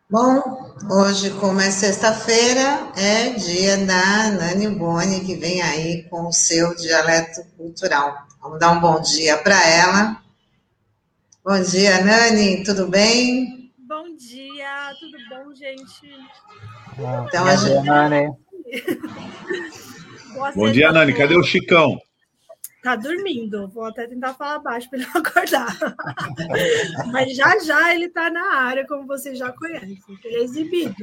Bom, hoje, como é sexta-feira, é dia da Nani Boni, que vem aí com o seu dialeto cultural. Vamos dar um bom dia para ela. Bom dia, Nani, tudo bem? Bom dia, tudo bom, gente? Então, Bom dia, Nani. Boa Bom dia, Nani. Cadê o Chicão? Tá dormindo. Vou até tentar falar baixo para ele não acordar. Mas já já ele tá na área, como você já conhece. Ele é exibido.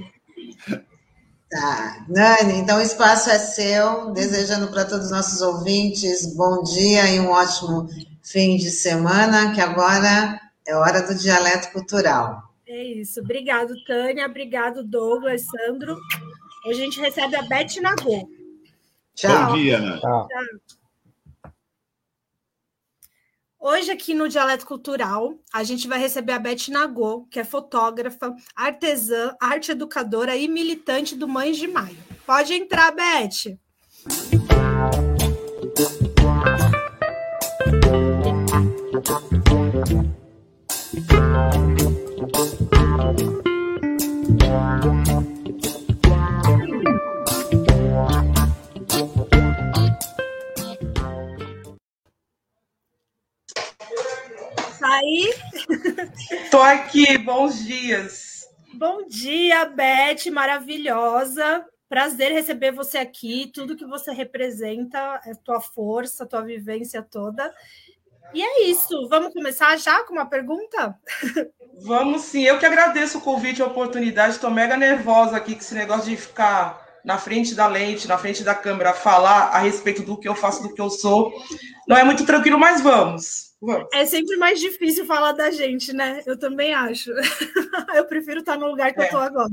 Tá, Nani, então o espaço é seu. Desejando para todos os nossos ouvintes bom dia e um ótimo fim de semana, que agora é hora do dialeto cultural. É isso. Obrigado, Tânia. Obrigado, Douglas, Sandro. Hoje a gente recebe a Beth Nagô. Tchau. Bom dia, Nani. Tchau. Hoje, aqui no Dialeto Cultural, a gente vai receber a Beth Nagô, que é fotógrafa, artesã, arte educadora e militante do Mães de Maio. Pode entrar, Beth. Aí. Tô aqui, bons dias. Bom dia, Beth, maravilhosa. Prazer receber você aqui. Tudo que você representa, é tua força, tua vivência toda. E é isso. Vamos começar já com uma pergunta? Vamos sim. Eu que agradeço o convite e a oportunidade. Estou mega nervosa aqui com esse negócio de ficar na frente da lente, na frente da câmera, falar a respeito do que eu faço, do que eu sou. Não é muito tranquilo, mas vamos. É sempre mais difícil falar da gente, né? Eu também acho. Eu prefiro estar no lugar que eu estou agora.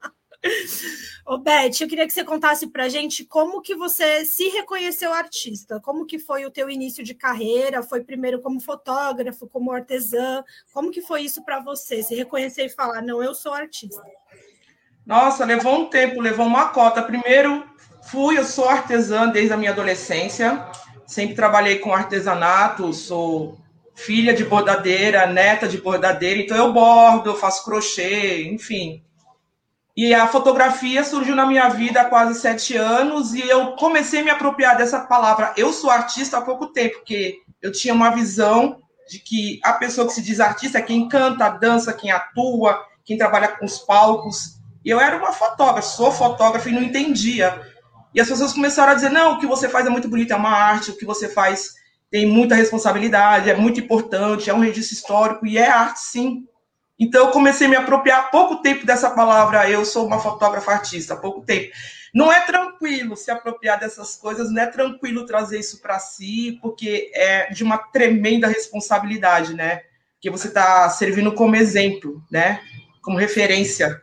Ô, Beth, eu queria que você contasse para a gente como que você se reconheceu artista, como que foi o teu início de carreira, foi primeiro como fotógrafo, como artesã, como que foi isso para você, se reconhecer e falar, não, eu sou artista? Nossa, levou um tempo, levou uma cota. Primeiro, eu sou artesã desde a minha adolescência, sempre trabalhei com artesanato, sou filha de bordadeira, neta de bordadeira, então eu bordo, eu faço crochê, enfim. E a fotografia surgiu na minha vida há quase 7 anos e eu comecei a me apropriar dessa palavra. Eu sou artista há pouco tempo, porque eu tinha uma visão de que a pessoa que se diz artista é quem canta, dança, quem atua, quem trabalha com os palcos. E eu era uma fotógrafa, sou fotógrafa e não entendia. E as pessoas começaram a dizer, não, o que você faz é muito bonito, é uma arte, o que você faz tem muita responsabilidade, é muito importante, é um registro histórico e é arte, sim. Então, eu comecei a me apropriar há pouco tempo dessa palavra, eu sou uma fotógrafa artista, há pouco tempo. Não é tranquilo se apropriar dessas coisas, não é tranquilo trazer isso para si, porque é de uma tremenda responsabilidade, né? Porque você está servindo como exemplo, né? Como referência.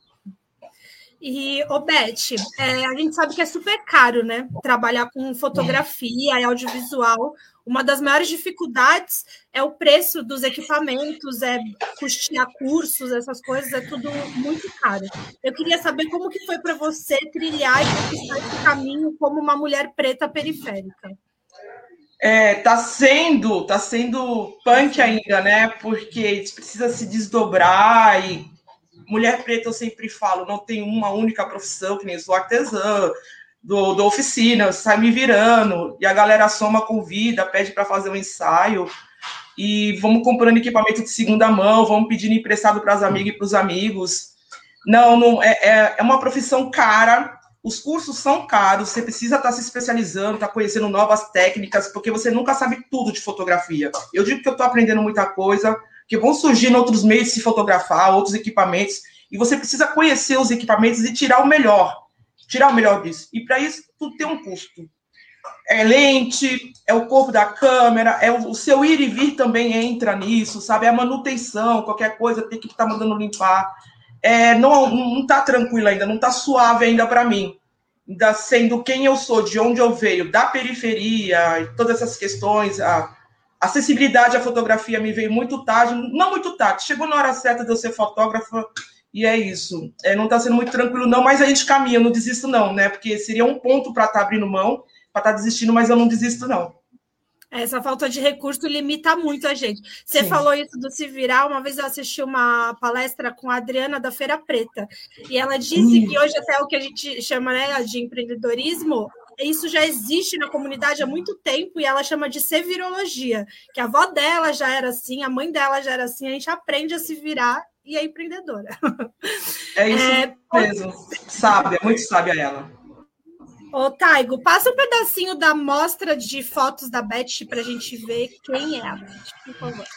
E, Beth, a gente sabe que é super caro, né? Trabalhar com fotografia e audiovisual. Uma das maiores dificuldades é o preço dos equipamentos, é custear cursos, essas coisas, é tudo muito caro. Eu queria saber como que foi para você trilhar e conquistar esse caminho como uma mulher preta periférica. Tá sendo punk ainda, né? Porque a gente precisa se desdobrar e mulher preta, eu sempre falo, não tem uma única profissão, que nem eu sou artesã, do oficina, sai me virando, e a galera soma, convida, pede para fazer um ensaio, e vamos comprando equipamento de segunda mão, vamos pedindo emprestado para as amigas e para os amigos. Não é uma profissão cara, os cursos são caros, você precisa estar se especializando, estar conhecendo novas técnicas, porque você nunca sabe tudo de fotografia. Eu digo que eu estou aprendendo muita coisa, que vão surgindo outros meios de se fotografar, outros equipamentos, e você precisa conhecer os equipamentos e tirar o melhor disso. E para isso, tudo tem um custo. É lente, é o corpo da câmera, é o seu ir e vir também entra nisso, sabe? É a manutenção, qualquer coisa tem que estar mandando limpar. Não está tranquilo ainda, não está suave ainda para mim. Ainda sendo quem eu sou, de onde eu venho, da periferia, e todas essas questões, a acessibilidade à fotografia me veio muito tarde, não muito tarde, chegou na hora certa de eu ser fotógrafa, e é isso. Não está sendo muito tranquilo, não, mas a gente caminha, não desisto, não, né? Porque seria um ponto para estar abrindo mão, para estar desistindo, mas eu não desisto, não. Essa falta de recurso limita muito a gente. Você Sim. falou isso do se virar. Uma vez eu assisti uma palestra com a Adriana da Feira Preta, e ela disse que hoje até o que a gente chama, né, de empreendedorismo, isso já existe na comunidade há muito tempo, e ela chama de sevirologia, que a avó dela já era assim, a mãe dela já era assim, a gente aprende a se virar e é empreendedora. É isso mesmo, sábia, muito sábia ela. Ô, Taigo, passa um pedacinho da mostra de fotos da Beth para a gente ver quem é a Beth, por favor.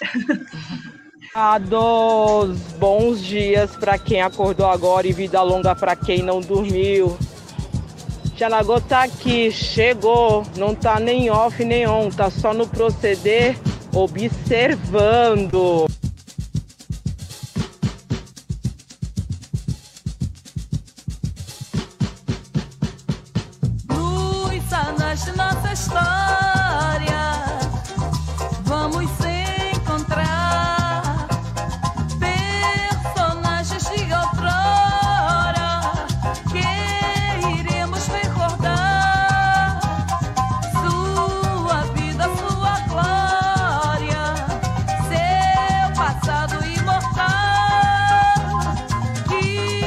Dos bons dias para quem acordou agora e vida longa para quem não dormiu. Xanagô tá aqui, chegou, não tá nem off nem on, tá só no proceder, observando. Nossa história, vamos encontrar personagens de outrora que iremos recordar. Sua vida, sua glória, seu passado imortal. Que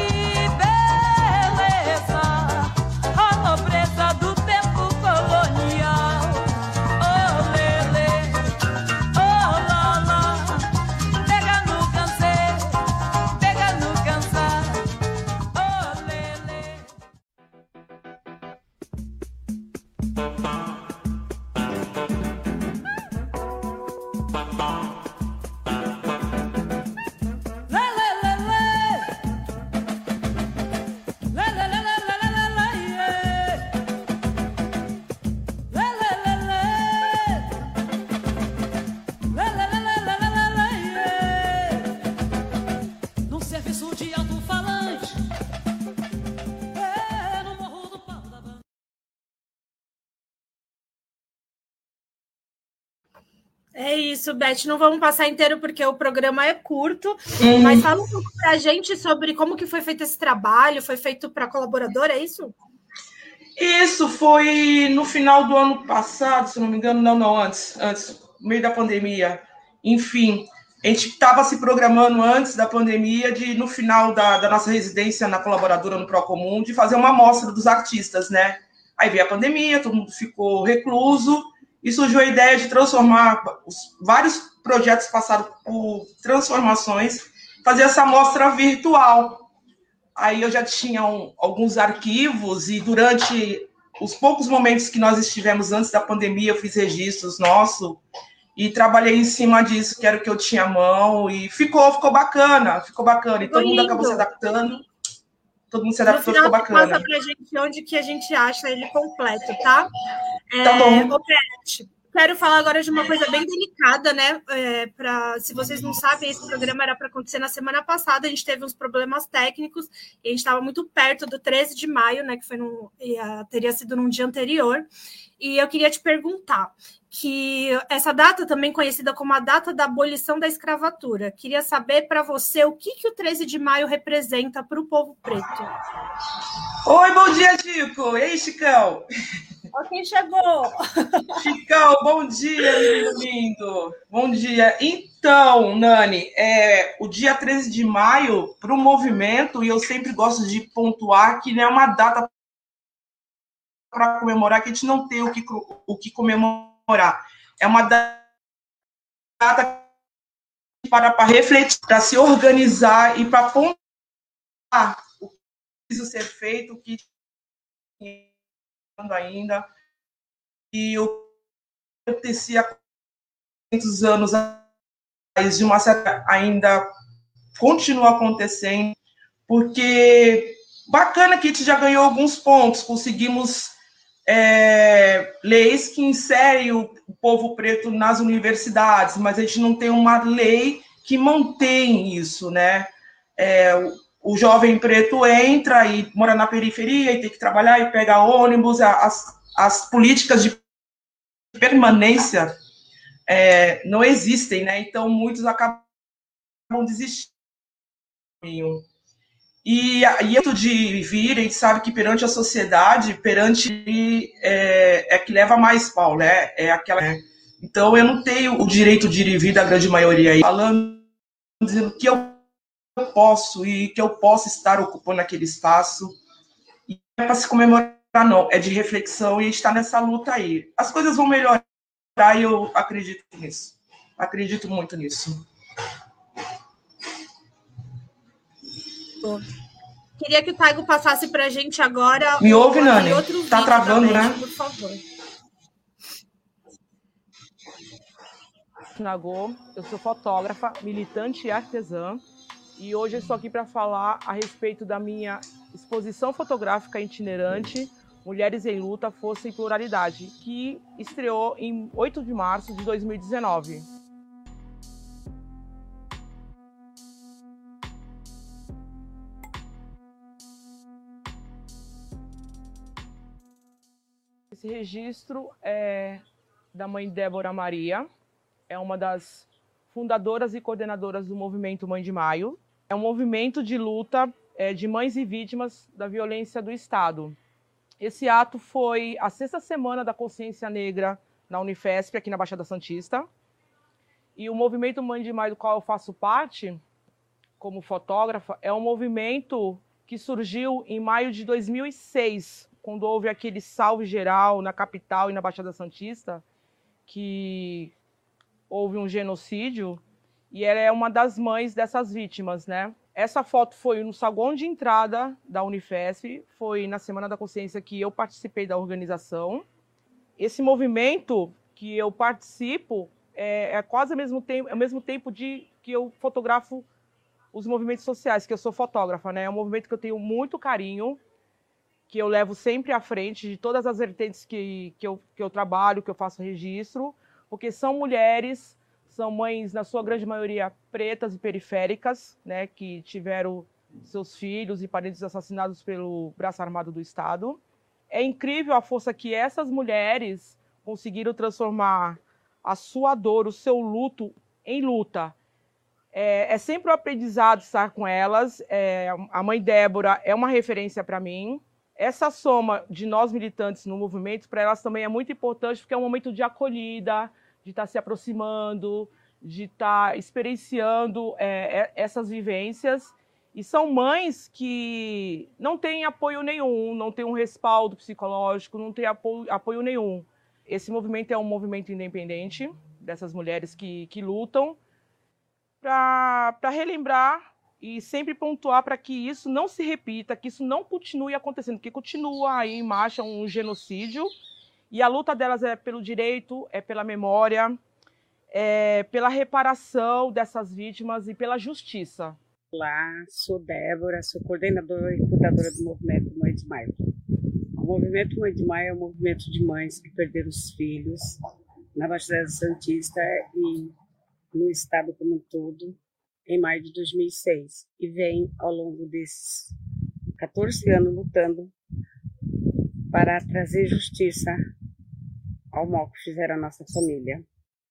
beleza, a nobreza do tempo colonial. Oh, lele, oh, lala, pega no canseiro, pega no cansar. Oh, lele. Num serviço de alto-falante, no morro do Pau da Banda. É isso, Beth. Não vamos passar inteiro porque o programa é curto, mas fala um pouco para a gente sobre como que foi feito esse trabalho. Foi feito para colaborador, é isso? Isso foi no final do ano passado, se não me engano, não, antes, no meio da pandemia. Enfim, a gente estava se programando antes da pandemia, no final da nossa residência na colaboradora no Procomum, de fazer uma amostra dos artistas, né? Aí veio a pandemia, todo mundo ficou recluso, e surgiu a ideia de transformar, vários projetos passaram por transformações, fazer essa amostra virtual. Aí eu já tinha alguns arquivos, e durante os poucos momentos que nós estivemos antes da pandemia, eu fiz registros nossos, e trabalhei em cima disso, que era o que eu tinha à mão, e ficou bacana, e todo mundo acabou se adaptando. Todo mundo se adaptou, ficou bacana. Passa pra gente onde que a gente acha ele completo, tá? Tá bom. Beth, quero falar agora de uma coisa bem delicada, né? Se vocês não sabem, esse programa era para acontecer na semana passada, a gente teve uns problemas técnicos, e a gente estava muito perto do 13 de maio, né? Que foi teria sido num dia anterior. E eu queria te perguntar que essa data, também conhecida como a data da abolição da escravatura, queria saber para você o que o 13 de maio representa para o povo preto. Oi, bom dia, Chico. E aí, Chicão? Ó, quem chegou? Chicão, bom dia, lindo. Bom dia. Então, Nani, o dia 13 de maio, para o movimento, e eu sempre gosto de pontuar que não é uma data para comemorar, que a gente não tem o que comemorar. É uma data para refletir, para se organizar e para pontuar o que precisa ser feito, o que ainda, e o que acontecia há 500 anos atrás, de uma certa ainda continua acontecendo, porque bacana que a gente já ganhou alguns pontos, conseguimos leis que inserem o povo preto nas universidades, mas a gente não tem uma lei que mantém isso, né? O jovem preto entra e mora na periferia e tem que trabalhar e pegar ônibus, as políticas de permanência não existem, né? Então, muitos acabam desistindo. E isso de vir, a gente sabe que perante a sociedade, é que leva mais pau, né? É aquela Então, eu não tenho o direito de ir e vir da grande maioria aí, falando, dizendo que eu posso e que eu posso estar ocupando aquele espaço. E não é para se comemorar, não. É de reflexão e estar nessa luta aí. As coisas vão melhorar e eu acredito nisso. Acredito muito nisso. Queria que o Taigo passasse para a gente agora. Me ouve, Nani? Outro Tá vídeo travando, da Beth, né? por favor. Nagô, eu sou fotógrafa, militante e artesã, e hoje eu estou aqui para falar a respeito da minha exposição fotográfica itinerante Mulheres em Luta, Força e Pluralidade, que estreou em 8 de março de 2019. Esse registro é da mãe Débora Maria, é uma das fundadoras e coordenadoras do movimento Mãe de Maio. É um movimento de luta de mães e vítimas da violência do Estado. Esse ato foi a 6ª Semana da Consciência Negra na Unifesp, aqui na Baixada Santista. E o movimento Mãe de Maio, do qual eu faço parte, como fotógrafa, é um movimento que surgiu em maio de 2006, quando houve aquele salve geral na capital e na Baixada Santista, que houve um genocídio, e ela é uma das mães dessas vítimas, né? Essa foto foi no saguão de entrada da Unifesp, foi na Semana da Consciência que eu participei da organização. Esse movimento que eu participo é quase ao mesmo tempo que eu fotografo os movimentos sociais, que eu sou fotógrafa, né? É um movimento que eu tenho muito carinho, que eu levo sempre à frente de todas as vertentes que eu trabalho, que eu faço registro, porque são mulheres, são mães, na sua grande maioria, pretas e periféricas, né, que tiveram seus filhos e parentes assassinados pelo braço armado do Estado. É incrível a força que essas mulheres conseguiram transformar a sua dor, o seu luto, em luta. É sempre um aprendizado estar com elas. A mãe Débora é uma referência para mim. Essa soma de nós militantes no movimento, para elas também é muito importante, porque é um momento de acolhida, de estar se aproximando, de estar experienciando essas vivências. E são mães que não têm apoio nenhum, não têm um respaldo psicológico, não têm apoio nenhum. Esse movimento é um movimento independente dessas mulheres que lutam para relembrar e sempre pontuar para que isso não se repita, que isso não continue acontecendo, porque continua aí em marcha um genocídio. E a luta delas é pelo direito, é pela memória, é pela reparação dessas vítimas e pela justiça. Olá, sou Débora, sou coordenadora e fundadora do movimento Mãe de Maio. O movimento Mãe de Maio é um movimento de mães que perderam os filhos na Baixada Santista e no estado como um todo, em maio de 2006. E vem, ao longo desses 14 anos, lutando para trazer justiça ao mal que fizeram a nossa família.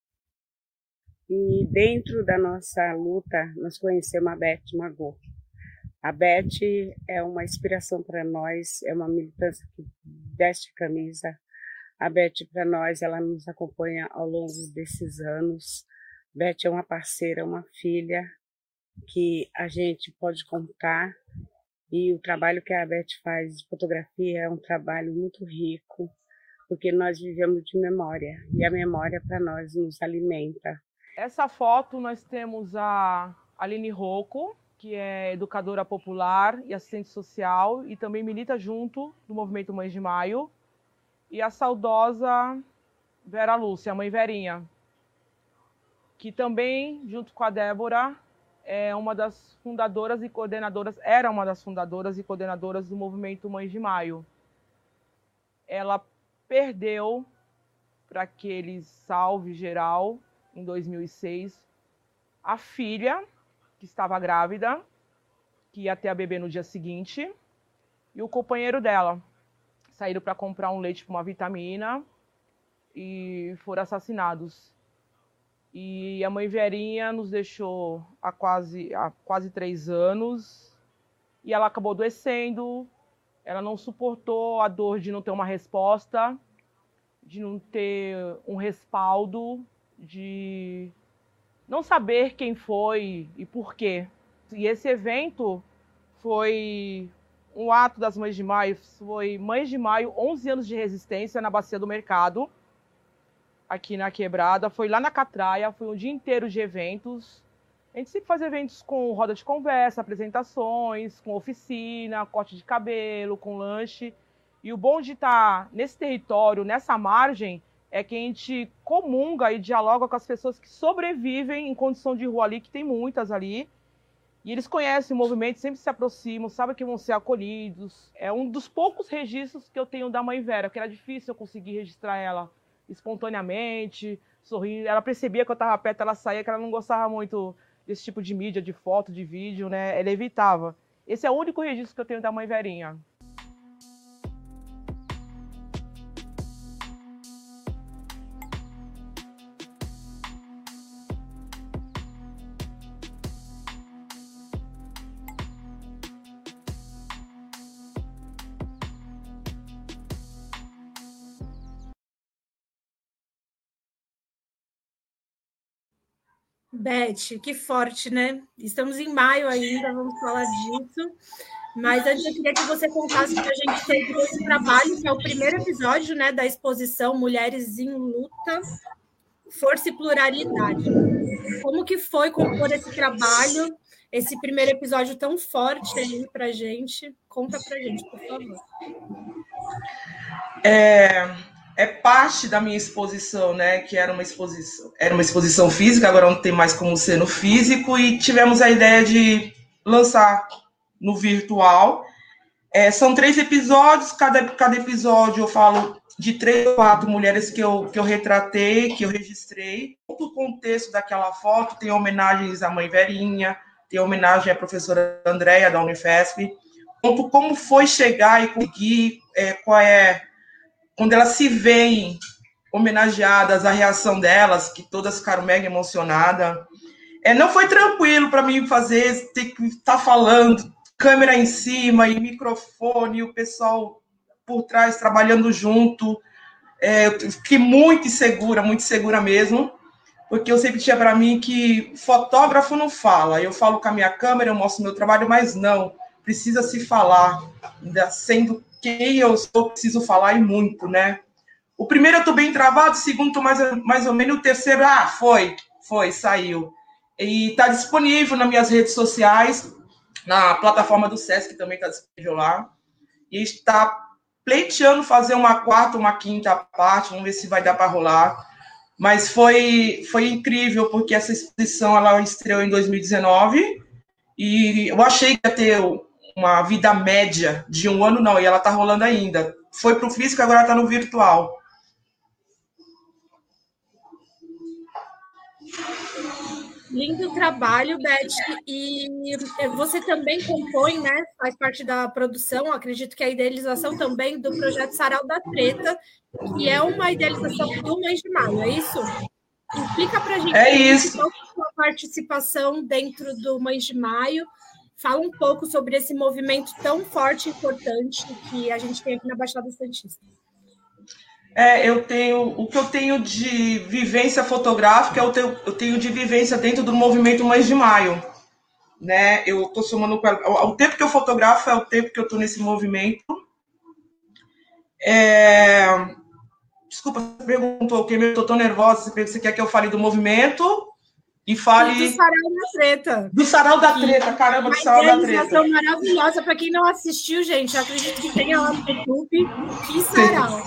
E dentro da nossa luta, nós conhecemos a Beth Magô. A Beth é uma inspiração para nós, é uma militância que veste camisa. A Beth, para nós, ela nos acompanha ao longo desses anos. Beth é uma parceira, uma filha que a gente pode contar. E o trabalho que a Beth faz de fotografia é um trabalho muito rico, porque nós vivemos de memória, e a memória para nós nos alimenta. Essa foto nós temos a Aline Rocco, que é educadora popular e assistente social, e também milita junto do movimento Mães de Maio, e a saudosa Vera Lúcia, a mãe Verinha, que também, junto com a Débora, é uma das fundadoras e coordenadoras, era uma das fundadoras e coordenadoras do movimento Mães de Maio. Ela perdeu para aquele salve geral, em 2006, a filha, que estava grávida, que ia ter a bebê no dia seguinte, e o companheiro dela. Saíram para comprar um leite para uma vitamina e foram assassinados. E a mãe Verinha nos deixou há quase 3 anos, e ela acabou adoecendo, ela não suportou a dor de não ter uma resposta, de não ter um respaldo, de não saber quem foi e por quê. E esse evento foi um ato das Mães de Maio, foi Mães de Maio, 11 anos de resistência na Bacia do Mercado, aqui na Quebrada. Foi lá na Catraia, foi um dia inteiro de eventos. A gente sempre faz eventos com roda de conversa, apresentações, com oficina, corte de cabelo, com lanche. E o bom de estar nesse território, nessa margem, é que a gente comunga e dialoga com as pessoas que sobrevivem em condição de rua ali, que tem muitas ali. E eles conhecem o movimento, sempre se aproximam, sabem que vão ser acolhidos. É um dos poucos registros que eu tenho da Mãe Vera, que era difícil eu conseguir registrar ela espontaneamente, sorrindo. Ela percebia que eu estava perto, ela saía, que ela não gostava muito desse tipo de mídia, de foto, de vídeo, né? Ela evitava. Esse é o único registro que eu tenho da Mãe Verinha. Beth, que forte, né? Estamos em maio ainda, vamos falar disso. Mas antes eu queria que você contasse para a gente sobre esse trabalho, que é o primeiro episódio, né, da exposição Mulheres em Luta, Força e Pluralidade. Como que foi compor esse trabalho, esse primeiro episódio tão forte aí para a gente? Conta para a gente, por favor. É parte da minha exposição, né? Que era uma exposição física, agora não tem mais como ser no físico, e tivemos a ideia de lançar no virtual. São 3 episódios, cada episódio eu falo de 3 ou 4 mulheres que eu retratei, que eu registrei. Todo o contexto daquela foto tem homenagens à Mãe Verinha, tem homenagem à professora Andréia, da Unifesp. Conto como foi chegar e conseguir, quando elas se veem homenageadas, a reação delas, que todas ficaram mega emocionadas. Não foi tranquilo para mim ter que estar falando, câmera em cima e microfone, e o pessoal por trás trabalhando junto. Eu fiquei muito insegura mesmo, porque eu sempre tinha para mim que fotógrafo não fala. Eu falo com a minha câmera, eu mostro meu trabalho, mas não, precisa se falar, ainda sendo quem eu sou, preciso falar e muito, né? O primeiro eu estou bem travado, o segundo estou mais ou menos, o terceiro, saiu. E está disponível nas minhas redes sociais, na plataforma do Sesc também está disponível lá. E está pleiteando fazer uma 4ª, uma 5ª parte, vamos ver se vai dar para rolar. Mas foi incrível, porque essa exposição ela estreou em 2019 e eu achei que ia ter uma vida média de 1 ano, não, e ela está rolando ainda. Foi para o físico, agora está no virtual. Lindo trabalho, Beth. E você também compõe, né? Faz parte da produção, acredito que a idealização também do projeto Sarau da Treta, que é uma idealização do Mães de Maio, é isso? Explica para a gente qual é a sua participação dentro do Mães de Maio. Fala um pouco sobre esse movimento tão forte e importante que a gente tem aqui na Baixada Santista. O que eu tenho de vivência fotográfica, eu tenho de vivência dentro do movimento Mães de Maio, né? Eu estou somando o tempo que eu fotografo é o tempo que eu estou nesse movimento. Desculpa, você perguntou o que? Eu estou tão nervosa. Você quer que eu fale do movimento? E fale... Do Sarau da Treta. Do Sarau da Treta, caramba, do Sarau da Treta. Uma maravilhosa, para quem não assistiu, gente, acredito que tenha lá no YouTube. Que sarau.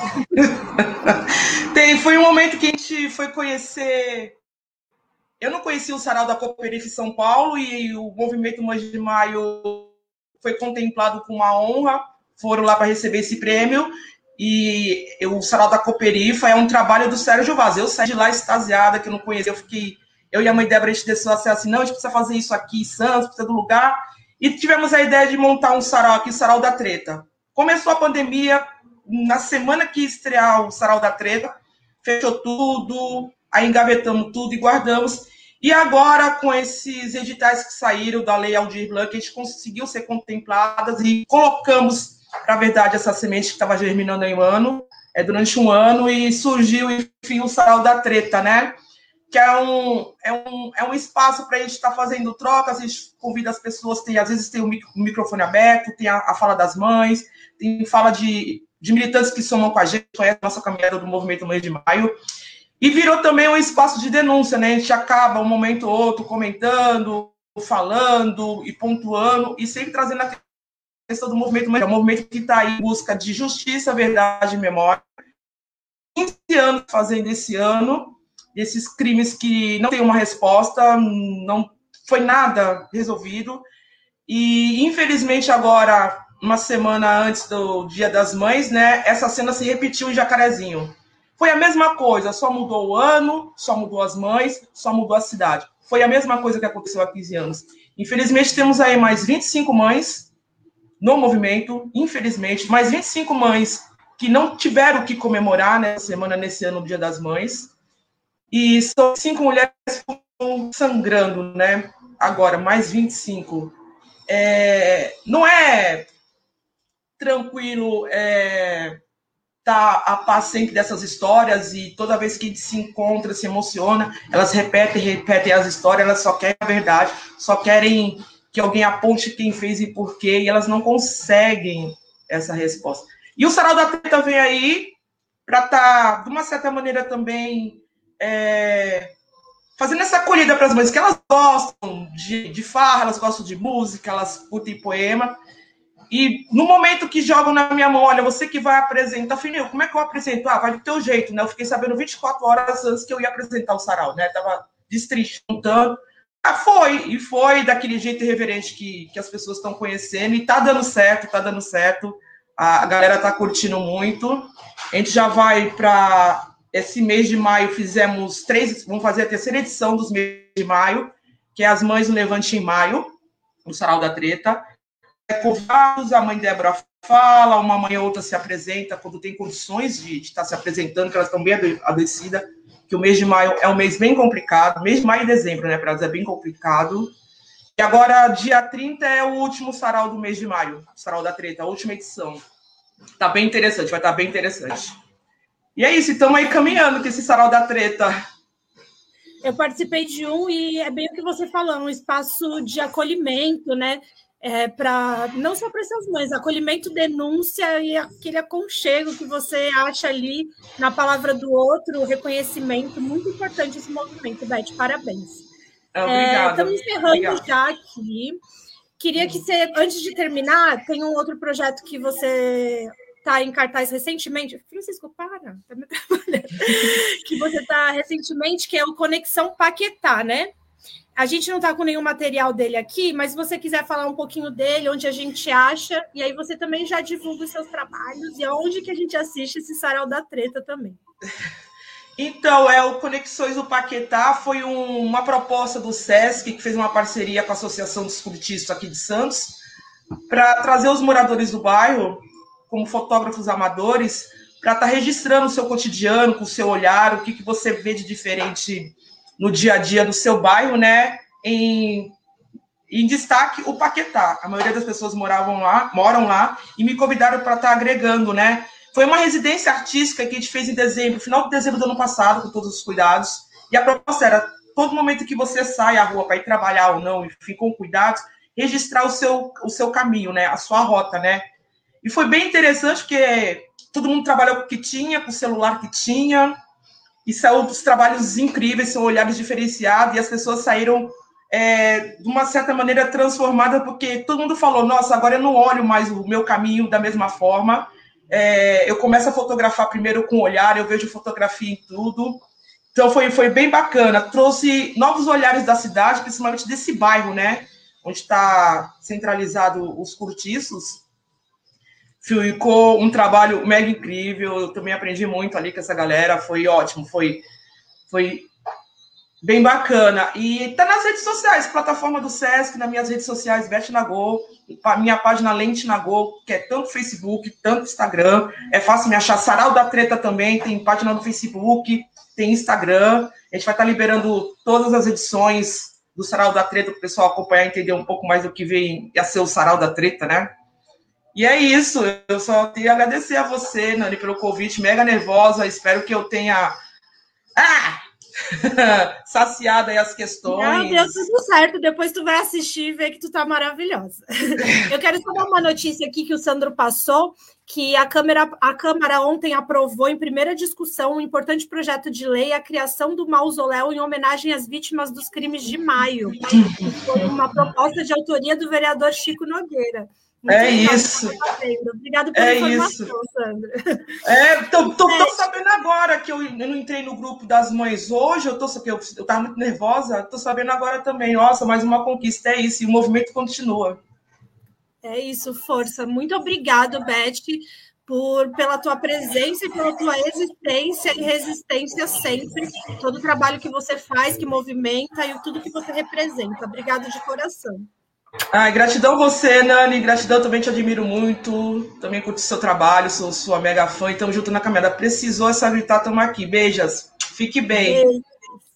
Foi um momento que a gente foi conhecer... Eu não conhecia o Sarau da Cooperifa em São Paulo e o movimento Mães de Maio foi contemplado com uma honra. Foram lá para receber esse prêmio. E o Sarau da Cooperifa é um trabalho do Sérgio Vaz. Eu saí de lá extasiada, que eu não conhecia. Eu e a mãe Débora, a gente desceu assim, não, a gente precisa fazer isso aqui em Santos, precisa do lugar. E tivemos a ideia de montar um sarau aqui, o Sarau da Treta. Começou a pandemia, na semana que estrear o Sarau da Treta, fechou tudo, aí engavetamos tudo e guardamos. E agora, com esses editais que saíram da Lei Aldir Blanc, a gente conseguiu ser contempladas e colocamos, na verdade, essa semente que estava germinando em um ano. durante um ano, e surgiu, enfim, o Sarau da Treta, né? Que é um espaço para a gente estar fazendo trocas, a gente convida as pessoas, às vezes tem o microfone aberto, tem a fala das mães, tem fala de militantes que somam com a gente, conhece a nossa caminhada do Movimento Mês de Maio, e virou também um espaço de denúncia, né? A gente acaba um momento ou outro comentando, falando e pontuando, e sempre trazendo a questão do movimento, é um movimento que está aí em busca de justiça, verdade e memória. 15 anos fazendo esse ano, esses crimes que não tem uma resposta, não foi nada resolvido, e infelizmente agora, uma semana antes do Dia das Mães, né, essa cena se repetiu em Jacarezinho. Foi a mesma coisa, só mudou o ano, só mudou as mães, só mudou a cidade. Foi a mesma coisa que aconteceu há 15 anos. Infelizmente, temos aí mais 25 mães no movimento, infelizmente, mais 25 mães que não tiveram o que comemorar nessa semana, nesse ano, no Dia das Mães. E são 5 mulheres que estão sangrando, né? Agora, mais 25. Não é tranquilo tá a par sempre dessas histórias, e toda vez que a gente se encontra, se emociona, elas repetem as histórias, elas só querem a verdade, só querem que alguém aponte quem fez e por quê, e elas não conseguem essa resposta. E o Sarau da Treta vem aí para estar, de uma certa maneira, também fazendo essa acolhida para as mães, que elas gostam de farra, elas gostam de música, elas curtem poema. E no momento que jogam na minha mão, olha, você que vai apresentar, filho, como é que eu apresento? Vai do teu jeito, né? Eu fiquei sabendo 24 horas antes que eu ia apresentar o Sarau, né? Tava destrinchando. Foi daquele jeito irreverente que as pessoas estão conhecendo, e tá dando certo. A galera tá curtindo muito. A gente já vai para esse mês de maio, vamos fazer a terceira edição dos meses de maio, que é as Mães no Levante em Maio, no Sarau da Treta. Convidados, a mãe Débora fala, uma mãe ou outra se apresenta quando tem condições de estar se apresentando, que elas estão bem adoecidas, que o mês de maio é um mês bem complicado, mês de maio e dezembro, né, para elas é bem complicado. E agora, dia 30 é o último sarau do mês de maio, Sarau da Treta, a última edição. Tá bem interessante, vai estar bem interessante. E é isso, estamos aí caminhando com esse Sarau da Treta. Eu participei de um e é bem o que você falou, um espaço de acolhimento, né? Não só para essas mães, acolhimento, denúncia e aquele aconchego que você acha ali na palavra do outro, o reconhecimento, muito importante esse movimento, Beth, parabéns. Obrigada. Estamos encerrando já aqui. Queria que você, antes de terminar, tem um outro projeto que você está em cartaz recentemente. Francisco, para, tá me trabalhando. Que você está recentemente, que é o Conexão Paquetá, né? A gente não está com nenhum material dele aqui, mas se você quiser falar um pouquinho dele, onde a gente acha, e aí você também já divulga os seus trabalhos, e aonde que a gente assiste esse Sarau da Treta também. Então, o Conexões do Paquetá foi uma proposta do SESC, que fez uma parceria com a Associação dos Cultistas aqui de Santos, para trazer os moradores do bairro, como fotógrafos amadores, para estar registrando o seu cotidiano, com o seu olhar, o que você vê de diferente no dia a dia do seu bairro, né? Em destaque, o Paquetá. A maioria das pessoas moram lá, e me convidaram para estar agregando, né? Foi uma residência artística que a gente fez em dezembro, final de dezembro do ano passado, com todos os cuidados. E a proposta era, todo momento que você sai à rua para ir trabalhar ou não, enfim, com cuidados, registrar o seu caminho, né? A sua rota, né? E foi bem interessante, porque todo mundo trabalhou com o que tinha, com o celular que tinha, e são os trabalhos incríveis, são olhares diferenciados, e as pessoas saíram, de uma certa maneira, transformadas, porque todo mundo falou, nossa, agora eu não olho mais o meu caminho da mesma forma, eu começo a fotografar primeiro com o olhar, eu vejo fotografia em tudo, então foi bem bacana, trouxe novos olhares da cidade, principalmente desse bairro, né, onde está centralizado os cortiços. Ficou um trabalho mega incrível, eu também aprendi muito ali com essa galera, foi ótimo, foi bem bacana. E tá nas redes sociais, plataforma do SESC, nas minhas redes sociais, Beth Nagô, minha página Lente Nagô, que é tanto Facebook, tanto Instagram, é fácil me achar. Sarau da Treta também, tem página no Facebook, tem Instagram, a gente vai estar liberando todas as edições do Sarau da Treta, para o pessoal acompanhar e entender um pouco mais do que vem a ser o Sarau da Treta, né? E é isso, eu só tenho a agradecer a você, Nani, pelo convite, mega nervosa, espero que eu tenha saciado aí as Não, questões. deu tudo certo. Depois tu vai assistir e ver que tu tá maravilhosa. Eu quero só dar uma notícia aqui que o Sandro passou, que a Câmara ontem aprovou em primeira discussão um importante projeto de lei a criação do mausoléu em homenagem às vítimas dos crimes de maio. Foi uma proposta de autoria do vereador Chico Nogueira. Muito legal, Isso. Obrigado pela informação, Sandra. Tô sabendo agora que eu não entrei no grupo das mães hoje, eu tava muito nervosa, tô sabendo agora também. Nossa, mais uma conquista, é isso, e o movimento continua. É isso, força. Muito obrigado, Beth, pela tua presença e pela tua existência e resistência sempre. Todo o trabalho que você faz, que movimenta e tudo que você representa. Obrigado de coração. Gratidão você, Nani, gratidão, também te admiro muito, também curto o seu trabalho, sou sua mega fã, e estamos juntos na caminhada. Precisou essa gritar, estamos aqui. Beijas, fique bem. Beijo.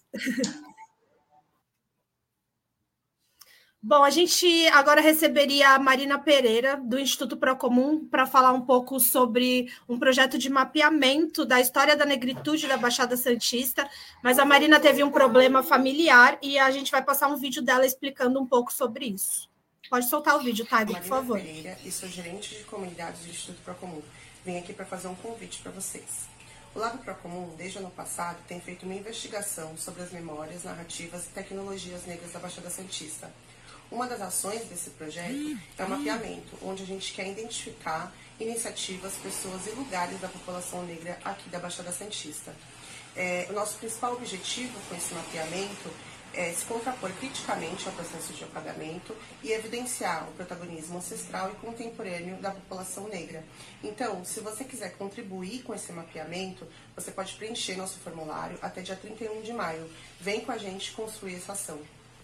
Bom, a gente agora receberia a Marina Pereira, do Instituto Procomum, para falar um pouco sobre um projeto de mapeamento da história da negritude da Baixada Santista, mas a Marina teve um problema familiar e a gente vai passar um vídeo dela explicando um pouco sobre isso. Pode soltar o vídeo, Taigo, por favor. Marina Pereira, e sou gerente de comunidades do Instituto Procomum. Venho aqui para fazer um convite para vocês. O Lab Procomum, desde o ano passado, tem feito uma investigação sobre as memórias, narrativas e tecnologias negras da Baixada Santista. Uma das ações desse projeto é o mapeamento, onde a gente quer identificar iniciativas, pessoas e lugares da população negra aqui da Baixada Santista. O nosso principal objetivo com esse mapeamento é se contrapor criticamente ao processo de apagamento e evidenciar o protagonismo ancestral e contemporâneo da população negra. Então, se você quiser contribuir com esse mapeamento, você pode preencher nosso formulário até dia 31 de maio. Vem com a gente construir essa ação.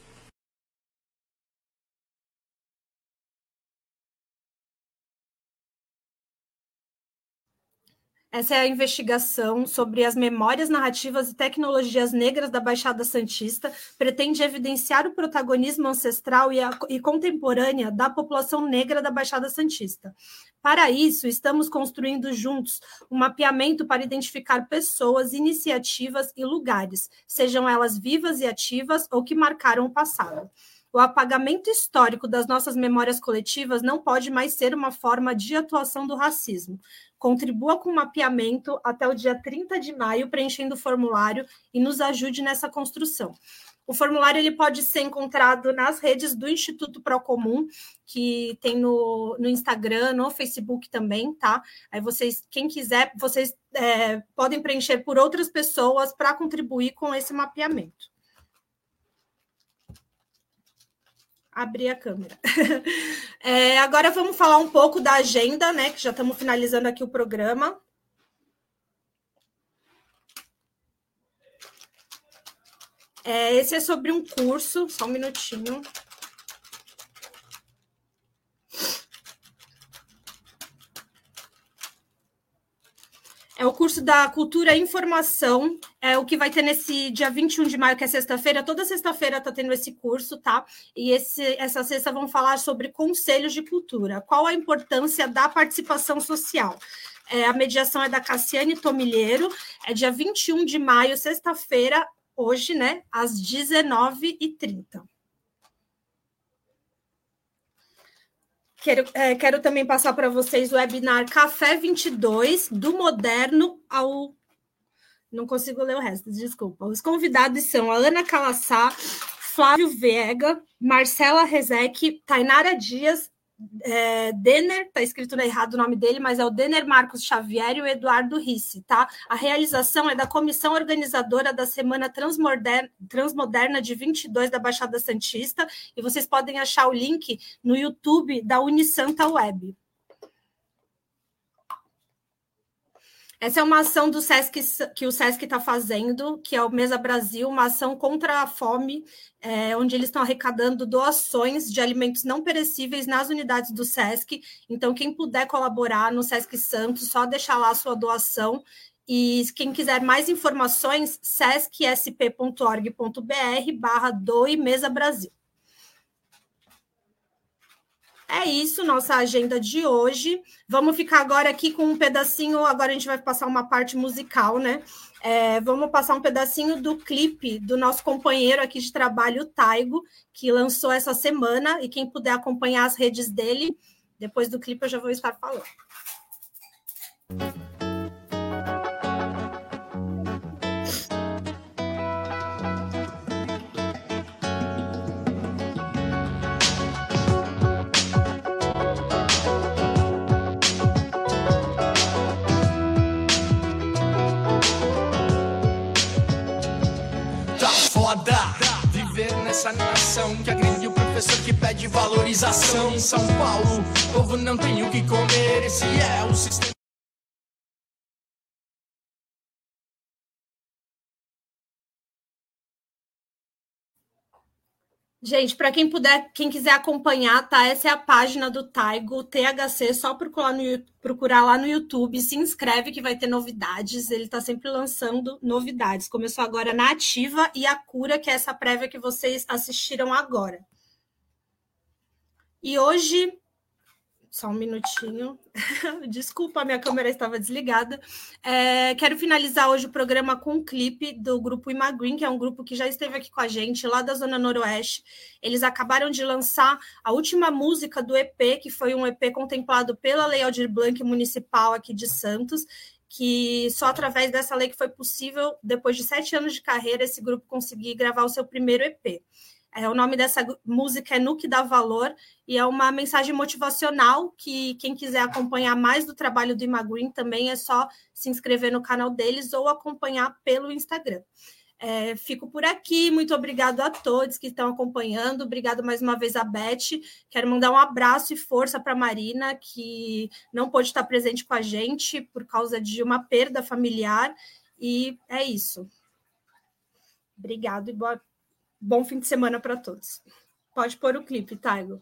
Essa é a investigação sobre as memórias, narrativas e tecnologias negras da Baixada Santista, pretende evidenciar o protagonismo ancestral e contemporânea da população negra da Baixada Santista. Para isso, estamos construindo juntos um mapeamento para identificar pessoas, iniciativas e lugares, sejam elas vivas e ativas ou que marcaram o passado. O apagamento histórico das nossas memórias coletivas não pode mais ser uma forma de atuação do racismo. Contribua com o mapeamento até o dia 30 de maio, preenchendo o formulário e nos ajude nessa construção. O formulário ele pode ser encontrado nas redes do Instituto Procomum, que tem no Instagram, no Facebook também, tá? Aí vocês, quem quiser, vocês podem preencher por outras pessoas para contribuir com esse mapeamento. Abrir a câmera. Agora vamos falar um pouco da agenda, né? Que já estamos finalizando aqui o programa. Esse é sobre um curso, só um minutinho. É o curso da Cultura e Informação, é o que vai ter nesse dia 21 de maio, que é sexta-feira. Toda sexta-feira está tendo esse curso, tá? E essa sexta vamos falar sobre conselhos de cultura. Qual a importância da participação social? A mediação é da Cassiane Tomilheiro, é dia 21 de maio, sexta-feira, hoje, né? Às 19h30. Quero também passar para vocês o webinar Café 22, do moderno ao... Não consigo ler o resto, desculpa. Os convidados são a Ana Calassá, Flávio Vega, Marcela Rezec, Tainara Dias, Denner, está escrito errado o nome dele, mas é o Denner Marcos Xavier e o Eduardo Risse, tá? A realização é da comissão organizadora da Semana Transmoderna de 22 da Baixada Santista, e vocês podem achar o link no YouTube da Unisanta Web. Essa é uma ação do SESC, que o SESC está fazendo, que é o Mesa Brasil, uma ação contra a fome, onde eles estão arrecadando doações de alimentos não perecíveis nas unidades do SESC. Então, quem puder colaborar no SESC Santos, só deixar lá a sua doação. E quem quiser mais informações, sescsp.org.br/doe Mesa Brasil. É isso, nossa agenda de hoje. Vamos ficar agora aqui com um pedacinho, agora a gente vai passar uma parte musical, né? Vamos passar um pedacinho do clipe do nosso companheiro aqui de trabalho, o Taigo, que lançou essa semana, e quem puder acompanhar as redes dele, depois do clipe eu já vou estar falando. Viver nessa nação que agride o professor que pede valorização. Em São Paulo, o povo não tem o que comer. Esse é o sistema. Gente, para quem puder, quem quiser acompanhar, tá? Essa é a página do Taigo, THC, só procurar lá no YouTube, se inscreve que vai ter novidades, ele tá sempre lançando novidades. Começou agora na Ativa e a Cura, que é essa prévia que vocês assistiram agora. E hoje, só um minutinho, desculpa, minha câmera estava desligada. Quero finalizar hoje o programa com um clipe do grupo Imagrin, que é um grupo que já esteve aqui com a gente, lá da Zona Noroeste. Eles acabaram de lançar a última música do EP, que foi um EP contemplado pela Lei Aldir Blanc Municipal aqui de Santos, que só através dessa lei que foi possível, depois de 7 anos de carreira, esse grupo conseguir gravar o seu primeiro EP. O nome dessa música é No Que Dá Valor, e é uma mensagem motivacional que quem quiser acompanhar mais do trabalho do Imagrin também é só se inscrever no canal deles ou acompanhar pelo Instagram. Fico por aqui, muito obrigado a todos que estão acompanhando, obrigado mais uma vez a Beth, quero mandar um abraço e força para a Marina, que não pôde estar presente com a gente por causa de uma perda familiar, e é isso. Obrigado e bom fim de semana para todos. Pode pôr o clipe, Taigo.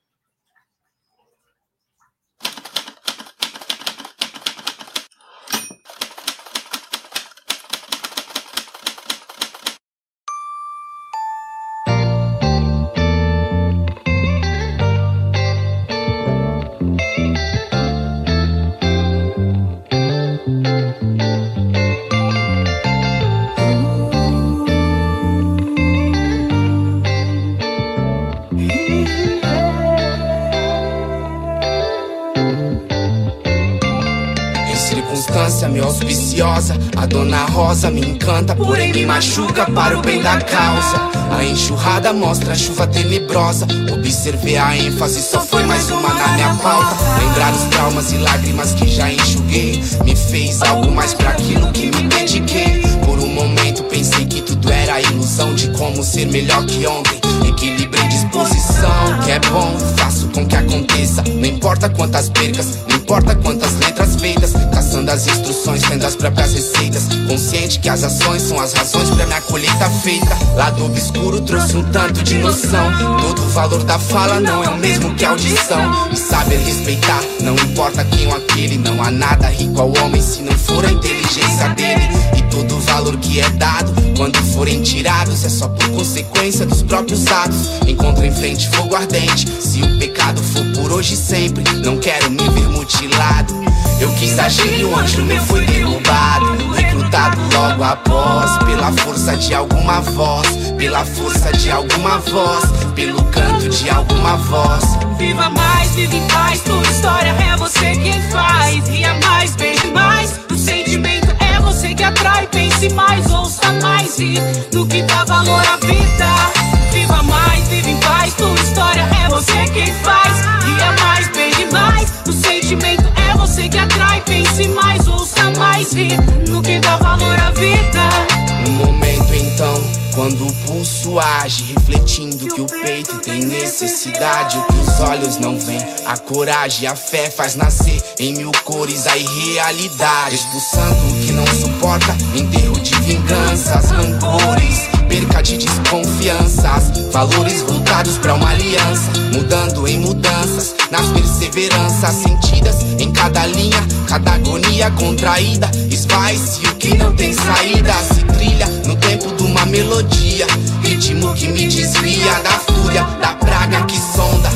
Me auspiciosa, a Dona Rosa me encanta, porém me machuca para o bem da causa. A enxurrada mostra a chuva tenebrosa. Observei a ênfase, só foi mais uma na minha pauta. Lembrar os traumas e lágrimas que já enxuguei me fez algo mais para aquilo que me dediquei. Por um momento pensei que tudo era ilusão de como ser melhor que ontem. Equilíbrio e disposição, que é bom, faço com que aconteça. Não importa quantas percas, não importa quantas letras feitas, caçando as instruções, tendo as próprias receitas. Consciente que as ações são as razões pra minha colheita feita. Lado obscuro trouxe um tanto de noção. Todo o valor da fala não é o mesmo que a audição. E saber respeitar, não importa quem ou aquele. Não há nada rico ao homem se não for a inteligência dele. E todo o valor que é dado, quando forem tirados, é só por consequência dos próprios atos. Encontro em frente fogo ardente. Se o pecado for por hoje e sempre, não quero me ver mutilado. Eu quis agir e o anjo meu foi derrubado. Recrutado logo após, pela força de alguma voz. Pela força de alguma voz, pelo canto de alguma voz. Viva mais, vive em paz, tua história é você quem faz. Ria mais, beije mais, o sentimento é você que atrai. Pense mais, ouça mais e no que dá valor à vida. Viva mais, vive em paz, tua história é você quem faz. Ria mais, beije mais, o sentimento é você que atrai. Pense mais, ouça mais e no que dá valor à vida. No momento então, quando o pulso age, refletindo que o peito tem necessidade. O que os olhos não veem, a coragem e a fé faz nascer em mil cores a irrealidade. Expulsando o que não suporta, enterro de vinganças, rancores, perca de desconfianças, valores voltados pra uma aliança, mudando em mudanças, nas perseveranças sentidas em cada linha, cada agonia contraída, esvai-se o que não tem saída, se trilha no tempo de uma melodia, ritmo que me desvia da fúria, da praga que sonda, do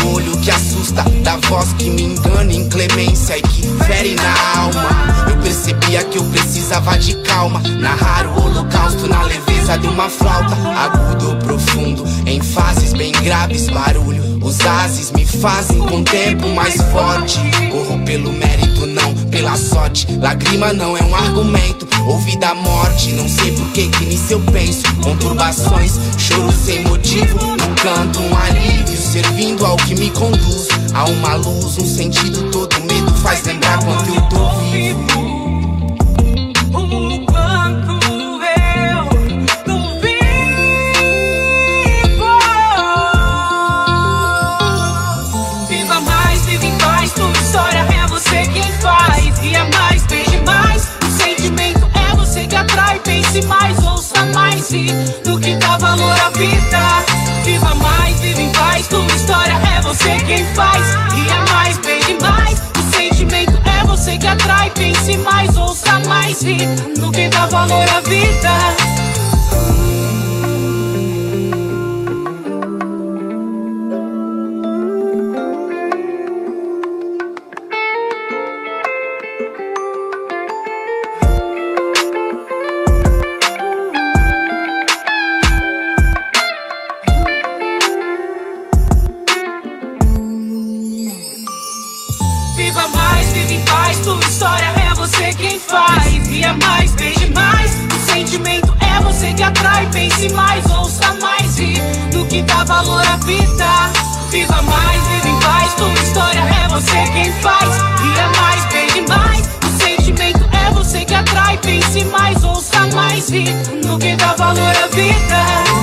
no olho que assusta, da voz que me engana, inclemência e que fere na alma. Eu percebia que eu precisava de calma, narrar o holocausto na leveza de uma flauta. Agudo ou profundo, em fases bem graves, barulho. Os ases me fazem com o tempo mais forte. Corro pelo mérito, não pela sorte. Lágrima não é um argumento, ouvi da morte. Não sei por que nisso eu penso. Conturbações, choro sem motivo. No canto um alívio, servindo ao que me conduz a uma luz, um sentido. Todo medo faz lembrar quando eu tô vivo. Pense mais, ouça mais e no que dá valor à vida. Viva mais, viva em paz, tua história é você quem faz. Ria mais, beije mais, o sentimento é você que atrai. Pense mais, ouça mais e no que dá valor à vida. Pense mais, ouça mais e no que dá valor à vida. Viva mais, viva em paz, tua história é você quem faz. Ria mais, beije mais, o sentimento é você que atrai. Pense mais, ouça mais e no que dá valor à vida.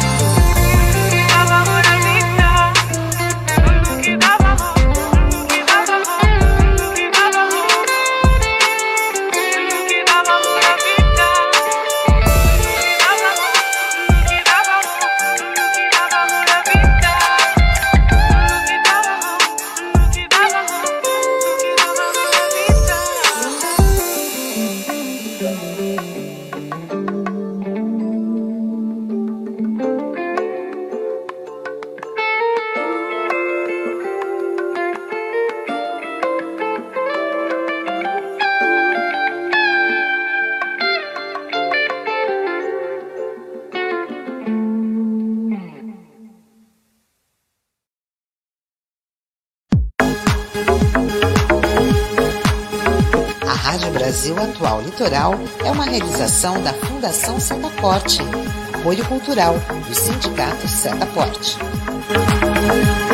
Brasil Atual Litoral é uma realização da Fundação Setaporte, apoio cultural do Sindicato Setaporte.